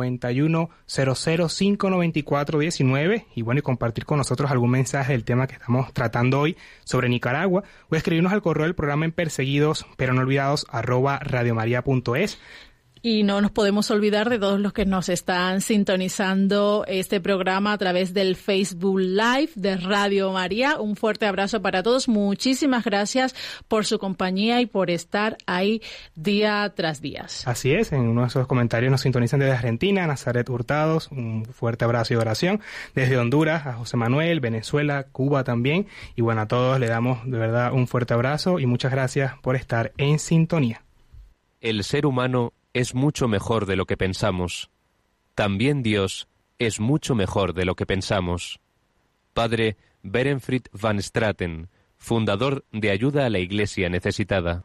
9100-594-19 y bueno, y compartir con nosotros algún mensaje del tema que estamos tratando hoy sobre Nicaragua, o escribirnos al correo del programa en perseguidos pero no olvidados @radiomaria.es. Y no nos podemos olvidar de todos los que nos están sintonizando este programa a través del Facebook Live de Radio María. Un fuerte abrazo para todos. Muchísimas gracias por su compañía y por estar ahí día tras día. Así es, en uno de esos comentarios nos sintonizan desde Argentina, Nazaret Hurtados, un fuerte abrazo y oración. Desde Honduras, a José Manuel, Venezuela, Cuba también. Y bueno, a todos le damos de verdad un fuerte abrazo y muchas gracias por estar en sintonía. El ser humano es mucho mejor de lo que pensamos. También Dios es mucho mejor de lo que pensamos. Padre Berenfried van Straten, fundador de Ayuda a la Iglesia Necesitada.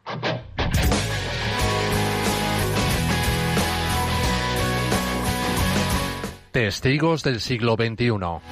Testigos del siglo XXI.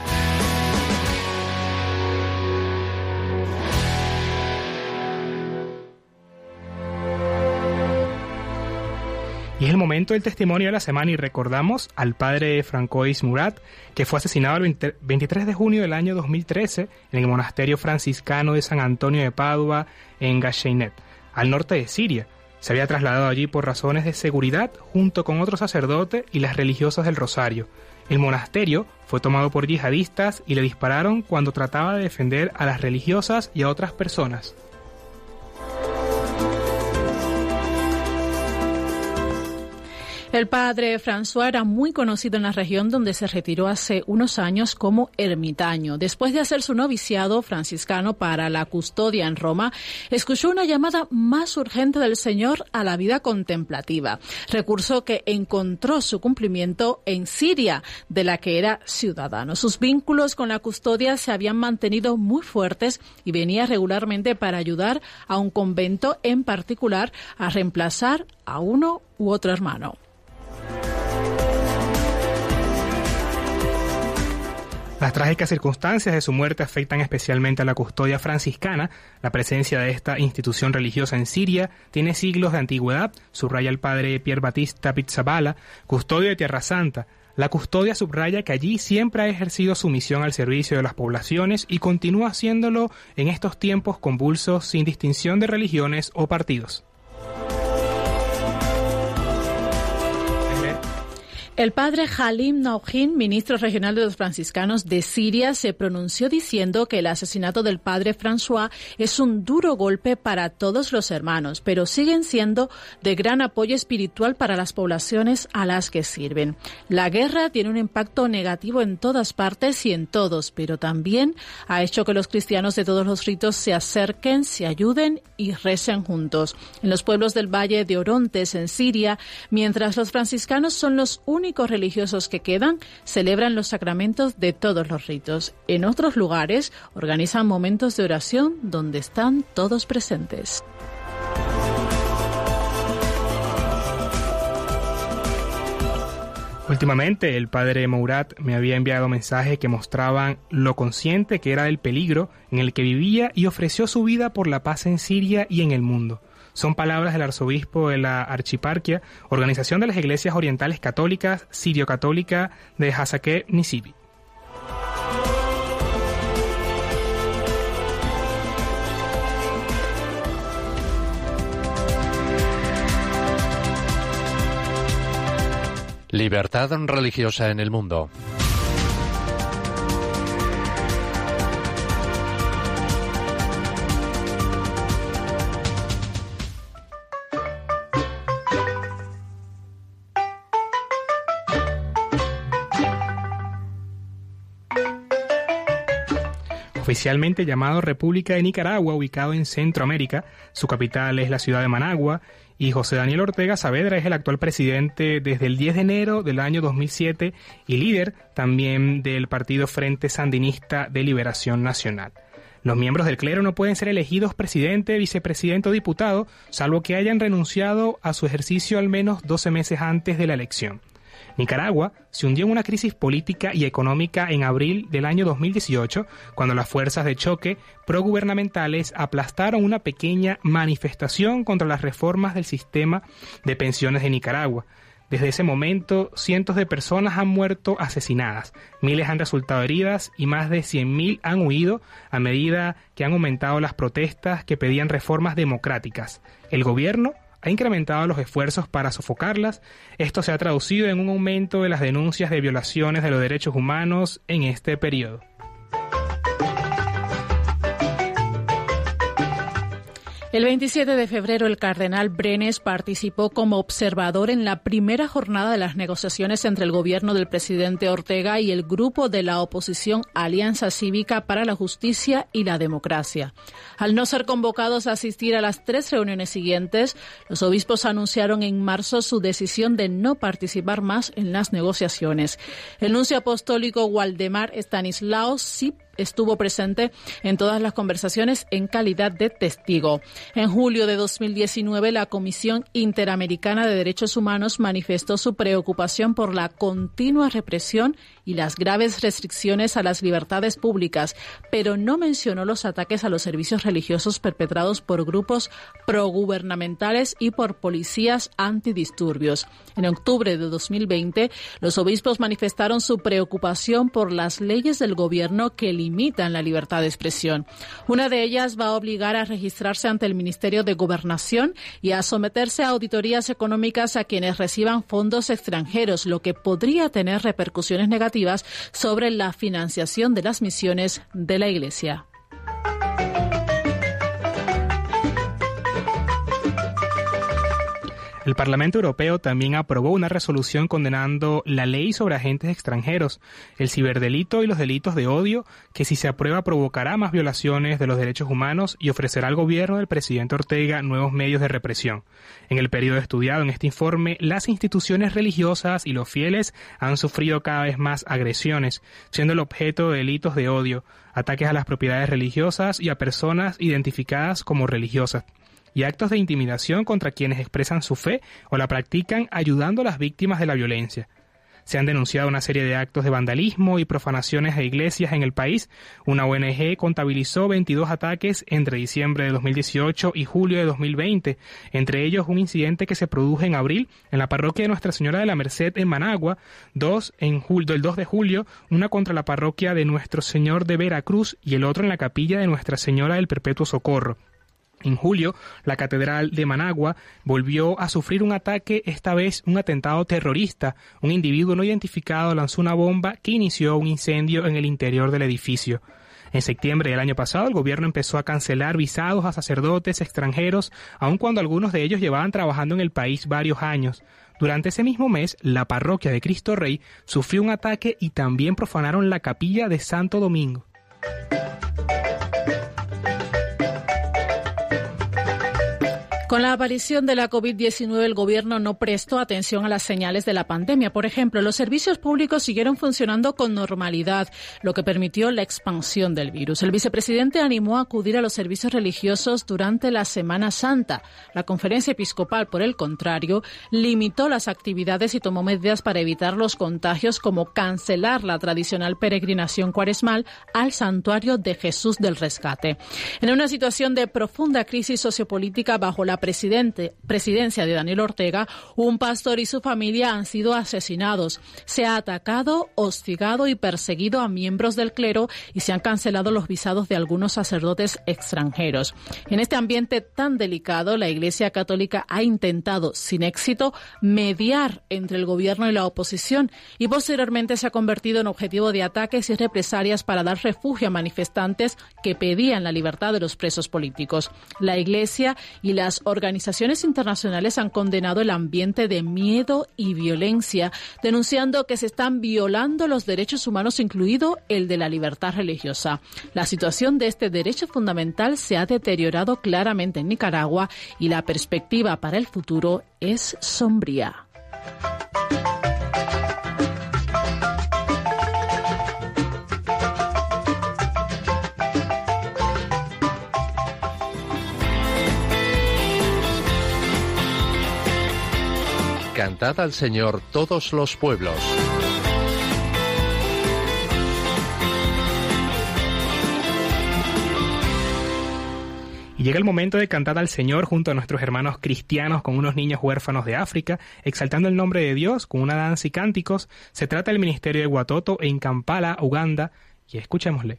Y es el momento del testimonio de la semana y recordamos al padre Francois Murat, que fue asesinado el 23 de junio del año 2013 en el monasterio franciscano de San Antonio de Padua en Gasheinet, al norte de Siria. Se había trasladado allí por razones de seguridad junto con otro sacerdote y las religiosas del Rosario. El monasterio fue tomado por yihadistas y le dispararon cuando trataba de defender a las religiosas y a otras personas. El padre François era muy conocido en la región, donde se retiró hace unos años como ermitaño. Después de hacer su noviciado franciscano para la custodia en Roma, escuchó una llamada más urgente del Señor a la vida contemplativa, recurso que encontró su cumplimiento en Siria, de la que era ciudadano. Sus vínculos con la custodia se habían mantenido muy fuertes y venía regularmente para ayudar a un convento en particular a reemplazar a uno u otro hermano. Las trágicas circunstancias de su muerte afectan especialmente a la custodia franciscana. La presencia de esta institución religiosa en Siria tiene siglos de antigüedad, subraya el padre Pierre Batista Pizzaballa, custodio de Tierra Santa. La custodia subraya que allí siempre ha ejercido su misión al servicio de las poblaciones y continúa haciéndolo en estos tiempos convulsos sin distinción de religiones o partidos. El padre Halim Nauhin, ministro regional de los franciscanos de Siria, se pronunció diciendo que el asesinato del padre François es un duro golpe para todos los hermanos, pero siguen siendo de gran apoyo espiritual para las poblaciones a las que sirven. La guerra tiene un impacto negativo en todas partes y en todos, pero también ha hecho que los cristianos de todos los ritos se acerquen, se ayuden y recen juntos. En los pueblos del Valle de Orontes, en Siria, mientras los franciscanos son los únicos religiosos que quedan, celebran los sacramentos de todos los ritos. En otros lugares organizan momentos de oración donde están todos presentes. Últimamente el padre Murat me había enviado mensajes que mostraban lo consciente que era del peligro en el que vivía y ofreció su vida por la paz en Siria y en el mundo. Son palabras del arzobispo de la Archiparquia, Organización de las Iglesias Orientales Católicas, Sirio-Católica de Hasakeh Nisibi. Libertad religiosa en el mundo. oficialmente llamado República de Nicaragua, ubicado en Centroamérica. Su capital es la ciudad de Managua y José Daniel Ortega Saavedra es el actual presidente desde el 10 de enero del año 2007 y líder también del Partido Frente Sandinista de Liberación Nacional. Los miembros del clero no pueden ser elegidos presidente, vicepresidente o diputado, salvo que hayan renunciado a su ejercicio al menos 12 meses antes de la elección. Nicaragua se hundió en una crisis política y económica en abril del año 2018, cuando las fuerzas de choque progubernamentales aplastaron una pequeña manifestación contra las reformas del sistema de pensiones de Nicaragua. Desde ese momento, cientos de personas han muerto asesinadas, miles han resultado heridas y más de 100.000 han huido a medida que han aumentado las protestas que pedían reformas democráticas. El gobierno ha incrementado los esfuerzos para sofocarlas. Esto se ha traducido en un aumento de las denuncias de violaciones de los derechos humanos en este periodo. El 27 de febrero, el cardenal Brenes participó como observador en la primera jornada de las negociaciones entre el gobierno del presidente Ortega y el grupo de la oposición Alianza Cívica para la Justicia y la Democracia. Al no ser convocados a asistir a las 3 reuniones siguientes, los obispos anunciaron en marzo su decisión de no participar más en las negociaciones. El nuncio apostólico Waldemar Stanislaus sí estuvo presente en todas las conversaciones en calidad de testigo. En julio de 2019, la Comisión Interamericana de Derechos Humanos manifestó su preocupación por la continua represión y las graves restricciones a las libertades públicas, pero no mencionó los ataques a los servicios religiosos perpetrados por grupos progubernamentales y por policías antidisturbios. En octubre de 2020, los obispos manifestaron su preocupación por las leyes del gobierno que limitan la libertad de expresión. Una de ellas va a obligar a registrarse ante el Ministerio de Gobernación y a someterse a auditorías económicas a quienes reciban fondos extranjeros, lo que podría tener repercusiones negativas sobre la financiación de las misiones de la Iglesia. El Parlamento Europeo también aprobó una resolución condenando la ley sobre agentes extranjeros, el ciberdelito y los delitos de odio, que si se aprueba provocará más violaciones de los derechos humanos y ofrecerá al gobierno del presidente Ortega nuevos medios de represión. En el periodo estudiado en este informe, las instituciones religiosas y los fieles han sufrido cada vez más agresiones, siendo el objeto de delitos de odio, ataques a las propiedades religiosas y a personas identificadas como religiosas, y actos de intimidación contra quienes expresan su fe o la practican ayudando a las víctimas de la violencia. Se han denunciado una serie de actos de vandalismo y profanaciones a iglesias en el país. Una ONG contabilizó 22 ataques entre diciembre de 2018 y julio de 2020, entre ellos un incidente que se produjo en abril en la parroquia de Nuestra Señora de la Merced en Managua, el 2 de julio, una contra la parroquia de Nuestro Señor de Veracruz y el otro en la capilla de Nuestra Señora del Perpetuo Socorro. En julio, la Catedral de Managua volvió a sufrir un ataque, esta vez un atentado terrorista. Un individuo no identificado lanzó una bomba que inició un incendio en el interior del edificio. En septiembre del año pasado, el gobierno empezó a cancelar visados a sacerdotes extranjeros, aun cuando algunos de ellos llevaban trabajando en el país varios años. Durante ese mismo mes, la parroquia de Cristo Rey sufrió un ataque y también profanaron la capilla de Santo Domingo. Con la aparición de la COVID-19, el gobierno no prestó atención a las señales de la pandemia. Por ejemplo, los servicios públicos siguieron funcionando con normalidad, lo que permitió la expansión del virus. El vicepresidente animó a acudir a los servicios religiosos durante la Semana Santa. La Conferencia Episcopal, por el contrario, limitó las actividades y tomó medidas para evitar los contagios, como cancelar la tradicional peregrinación cuaresmal al Santuario de Jesús del Rescate. En una situación de profunda crisis sociopolítica bajo la presidencia de Daniel Ortega, un pastor y su familia han sido asesinados. Se ha atacado, hostigado y perseguido a miembros del clero y se han cancelado los visados de algunos sacerdotes extranjeros. En este ambiente tan delicado, la Iglesia Católica ha intentado, sin éxito, mediar entre el gobierno y la oposición y posteriormente se ha convertido en objetivo de ataques y represalias para dar refugio a manifestantes que pedían la libertad de los presos políticos. La Iglesia y las organizaciones internacionales han condenado el ambiente de miedo y violencia, denunciando que se están violando los derechos humanos, incluido el de la libertad religiosa. La situación de este derecho fundamental se ha deteriorado claramente en Nicaragua y la perspectiva para el futuro es sombría. Cantad al Señor todos los pueblos. Y llega el momento de cantar al Señor junto a nuestros hermanos cristianos con unos niños huérfanos de África, exaltando el nombre de Dios con una danza y cánticos. Se trata del ministerio de Watoto en Kampala, Uganda, y escuchémosle.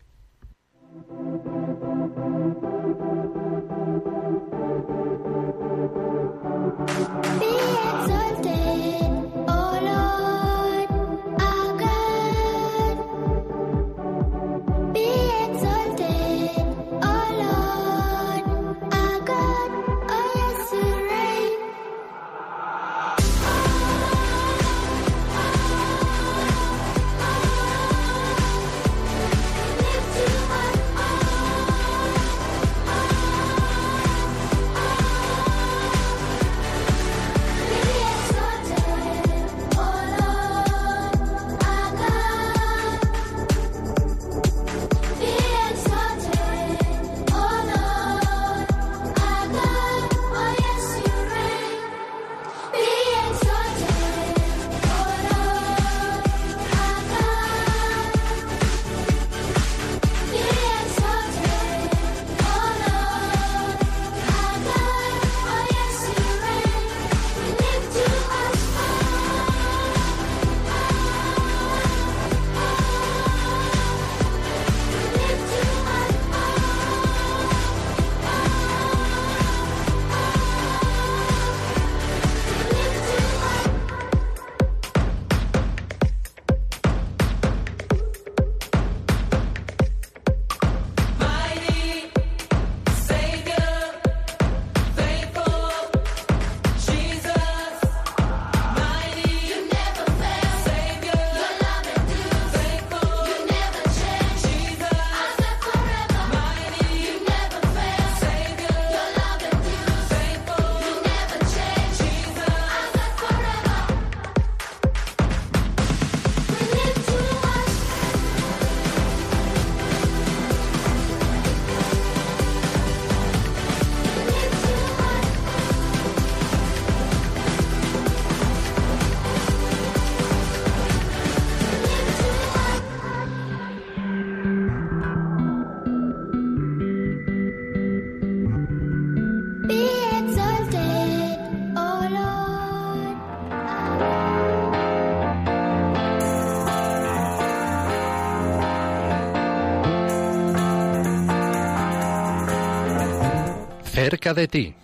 Cerca de ti.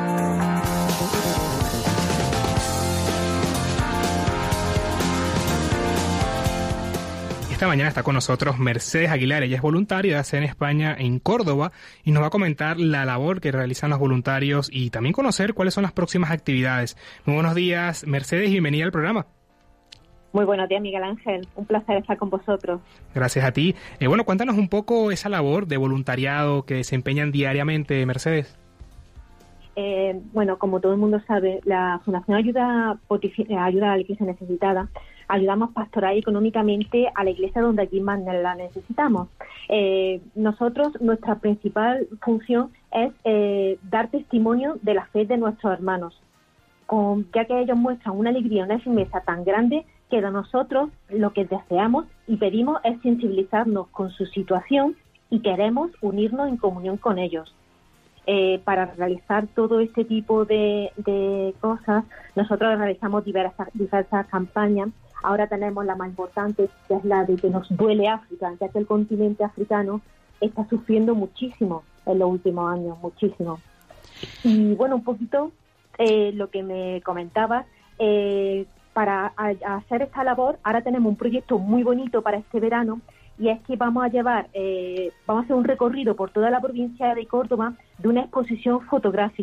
Esta mañana está con nosotros Mercedes Aguilar. Ella es voluntaria de ACEN España en Córdoba y nos va a comentar la labor que realizan los voluntarios y también conocer cuáles son las próximas actividades. Muy buenos días, Mercedes, y bienvenida al programa. Muy buenos días, Miguel Ángel. Un placer estar con vosotros. Gracias a ti. Bueno, cuéntanos un poco esa labor de voluntariado que desempeñan diariamente, Mercedes. Bueno, como todo el mundo sabe, la Fundación Ayuda a la Iglesia Necesitada ayudamos pastoral y económicamente a la iglesia donde allí más la necesitamos. Nosotros, nuestra principal función es dar testimonio de la fe de nuestros hermanos, ya que ellos muestran una alegría, una firmeza tan grande que de nosotros lo que deseamos y pedimos es sensibilizarnos con su situación y queremos unirnos en comunión con ellos. Para realizar todo este tipo de cosas, nosotros realizamos diversas campañas. Ahora tenemos la más importante, que es la de que nos duele África, ya que el continente africano está sufriendo muchísimo en los últimos años, muchísimo. Y bueno, un poquito lo que me comentabas, para hacer esta labor, ahora tenemos un proyecto muy bonito para este verano, y es que vamos a hacer un recorrido por toda la provincia de Córdoba de una exposición fotográfica.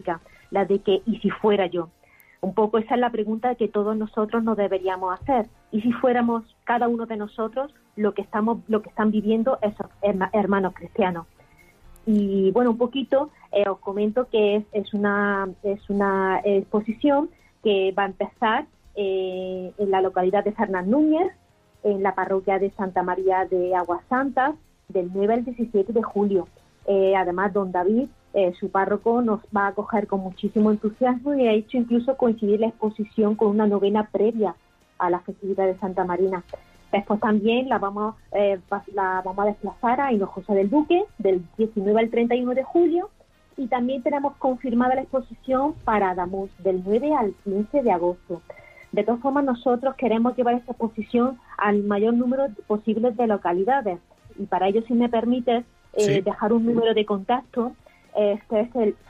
la de que ¿y si fuera yo? Un poco esa es la pregunta que todos nosotros nos deberíamos hacer. ¿Y si fuéramos cada uno de nosotros lo que están viviendo esos hermanos cristianos? Y bueno, un poquito os comento que es una exposición que va a empezar en la localidad de Fernández Núñez, en la parroquia de Santa María de Aguas Santas, del 9 al 17 de julio. Además, don David, su párroco, nos va a acoger con muchísimo entusiasmo y ha hecho incluso coincidir la exposición con una novena previa a la festividad de Santa Marina. Después también la vamos a desplazar a Hinojosa del Duque del 19 al 31 de julio y también tenemos confirmada la exposición para Adamuz del 9 al 15 de agosto. De todas formas, nosotros queremos llevar esta exposición al mayor número posible de localidades y para ello, si me permites, dejar un número de contacto. Este es el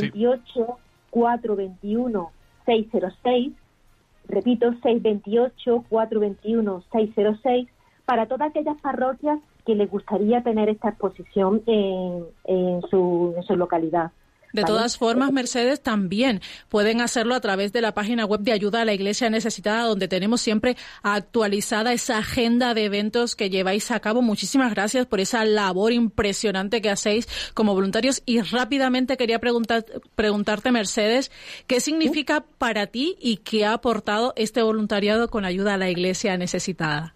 628-421-606. Repito, 628-421-606, para todas aquellas parroquias que les gustaría tener esta exposición en su localidad. De todas formas, Mercedes, también pueden hacerlo a través de la página web de Ayuda a la Iglesia Necesitada, donde tenemos siempre actualizada esa agenda de eventos que lleváis a cabo. Muchísimas gracias por esa labor impresionante que hacéis como voluntarios. Y rápidamente quería preguntarte, Mercedes, ¿qué significa para ti y qué ha aportado este voluntariado con Ayuda a la Iglesia Necesitada?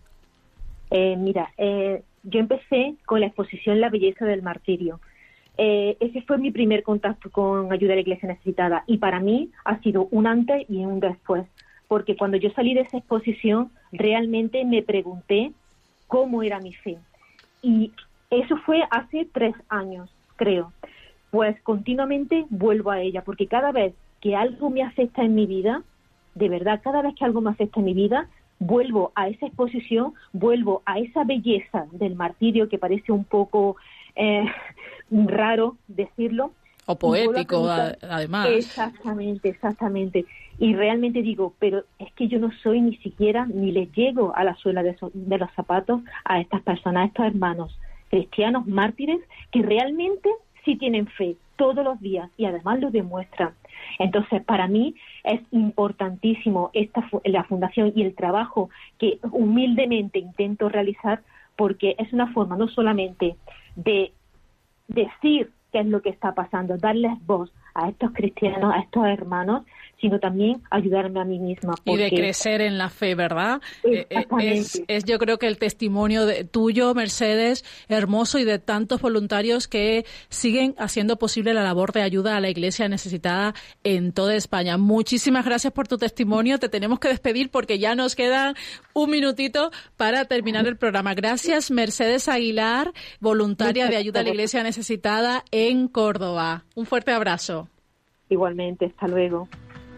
Yo empecé con la exposición La Belleza del Martirio. Ese fue mi primer contacto con Ayuda a la Iglesia Necesitada y para mí ha sido un antes y un después, porque cuando yo salí de esa exposición realmente me pregunté cómo era mi fe y eso fue hace 3 años, creo. Pues continuamente vuelvo a ella, porque cada vez que algo me afecta en mi vida, de verdad, cada vez que algo me afecta en mi vida, vuelvo a esa exposición, vuelvo a esa belleza del martirio que parece un poco raro decirlo. O poético, además. Exactamente. Y realmente digo, pero es que yo no soy ni siquiera, ni les llego a la suela de los zapatos a estas personas, a estos hermanos cristianos mártires que realmente sí tienen fe todos los días y además lo demuestran. Entonces, para mí es importantísimo la fundación y el trabajo que humildemente intento realizar, porque es una forma no solamente de decir qué es lo que está pasando, darles voz a estos cristianos, a estos hermanos, sino también ayudarme a mí misma. Y de crecer en la fe, ¿verdad? Es yo creo que el testimonio tuyo, Mercedes, hermoso, y de tantos voluntarios que siguen haciendo posible la labor de ayuda a la Iglesia Necesitada en toda España. Muchísimas gracias por tu testimonio. Te tenemos que despedir porque ya nos queda un minutito para terminar el programa. Gracias, Mercedes Aguilar, voluntaria de Ayuda a la Iglesia Necesitada en Córdoba. Un fuerte abrazo. Igualmente, hasta luego.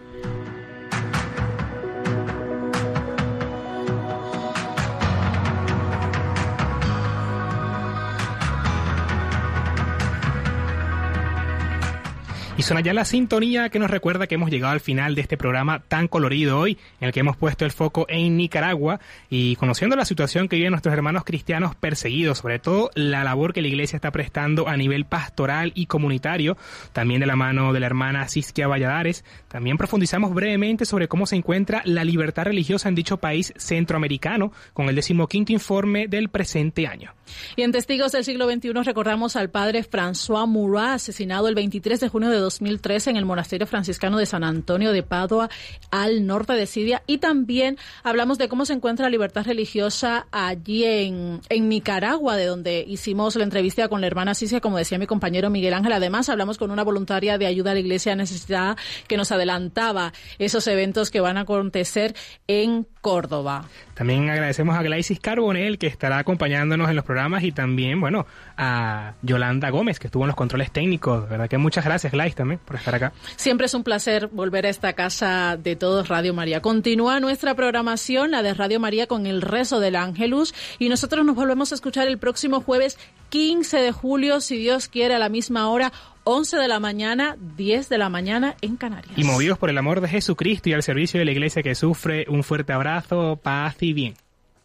Y suena ya la sintonía que nos recuerda que hemos llegado al final de este programa tan colorido hoy, en el que hemos puesto el foco en Nicaragua y conociendo la situación que viven nuestros hermanos cristianos perseguidos, sobre todo la labor que la Iglesia está prestando a nivel pastoral y comunitario, también de la mano de la hermana Siskia Valladares. También profundizamos brevemente sobre cómo se encuentra la libertad religiosa en dicho país centroamericano, con el 15º informe del presente año. Y en Testigos del Siglo XXI recordamos al padre François Murat, asesinado el 23 de junio de 2013 en el monasterio franciscano de San Antonio de Padua, al norte de Siria. Y también hablamos de cómo se encuentra la libertad religiosa allí en Nicaragua, de donde hicimos la entrevista con la hermana Siskia, como decía mi compañero Miguel Ángel. Además, hablamos con una voluntaria de Ayuda a la Iglesia Necesitada que nos adelantaba esos eventos que van a acontecer en Córdoba. También agradecemos a Glaisis Carbonell, que estará acompañándonos en los programas, y también, a Yolanda Gómez, que estuvo en los controles técnicos. ¿Verdad que muchas gracias, Glais, también por estar acá? Siempre es un placer volver a esta casa de todos, Radio María. Continúa nuestra programación, la de Radio María, con el rezo del Ángelus, y nosotros nos volvemos a escuchar el próximo jueves 15 de julio, si Dios quiere, a la misma hora, 11 de la mañana, 10 de la mañana en Canarias. Y movidos por el amor de Jesucristo y al servicio de la Iglesia que sufre, un fuerte abrazo, paz y bien.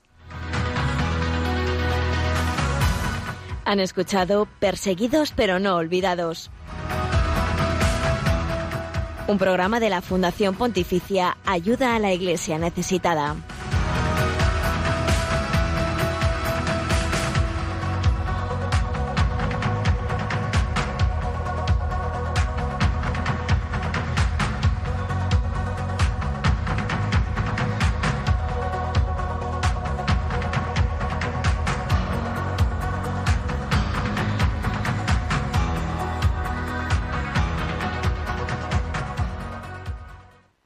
Han escuchado Perseguidos pero no olvidados. Un programa de la Fundación Pontificia Ayuda a la Iglesia Necesitada.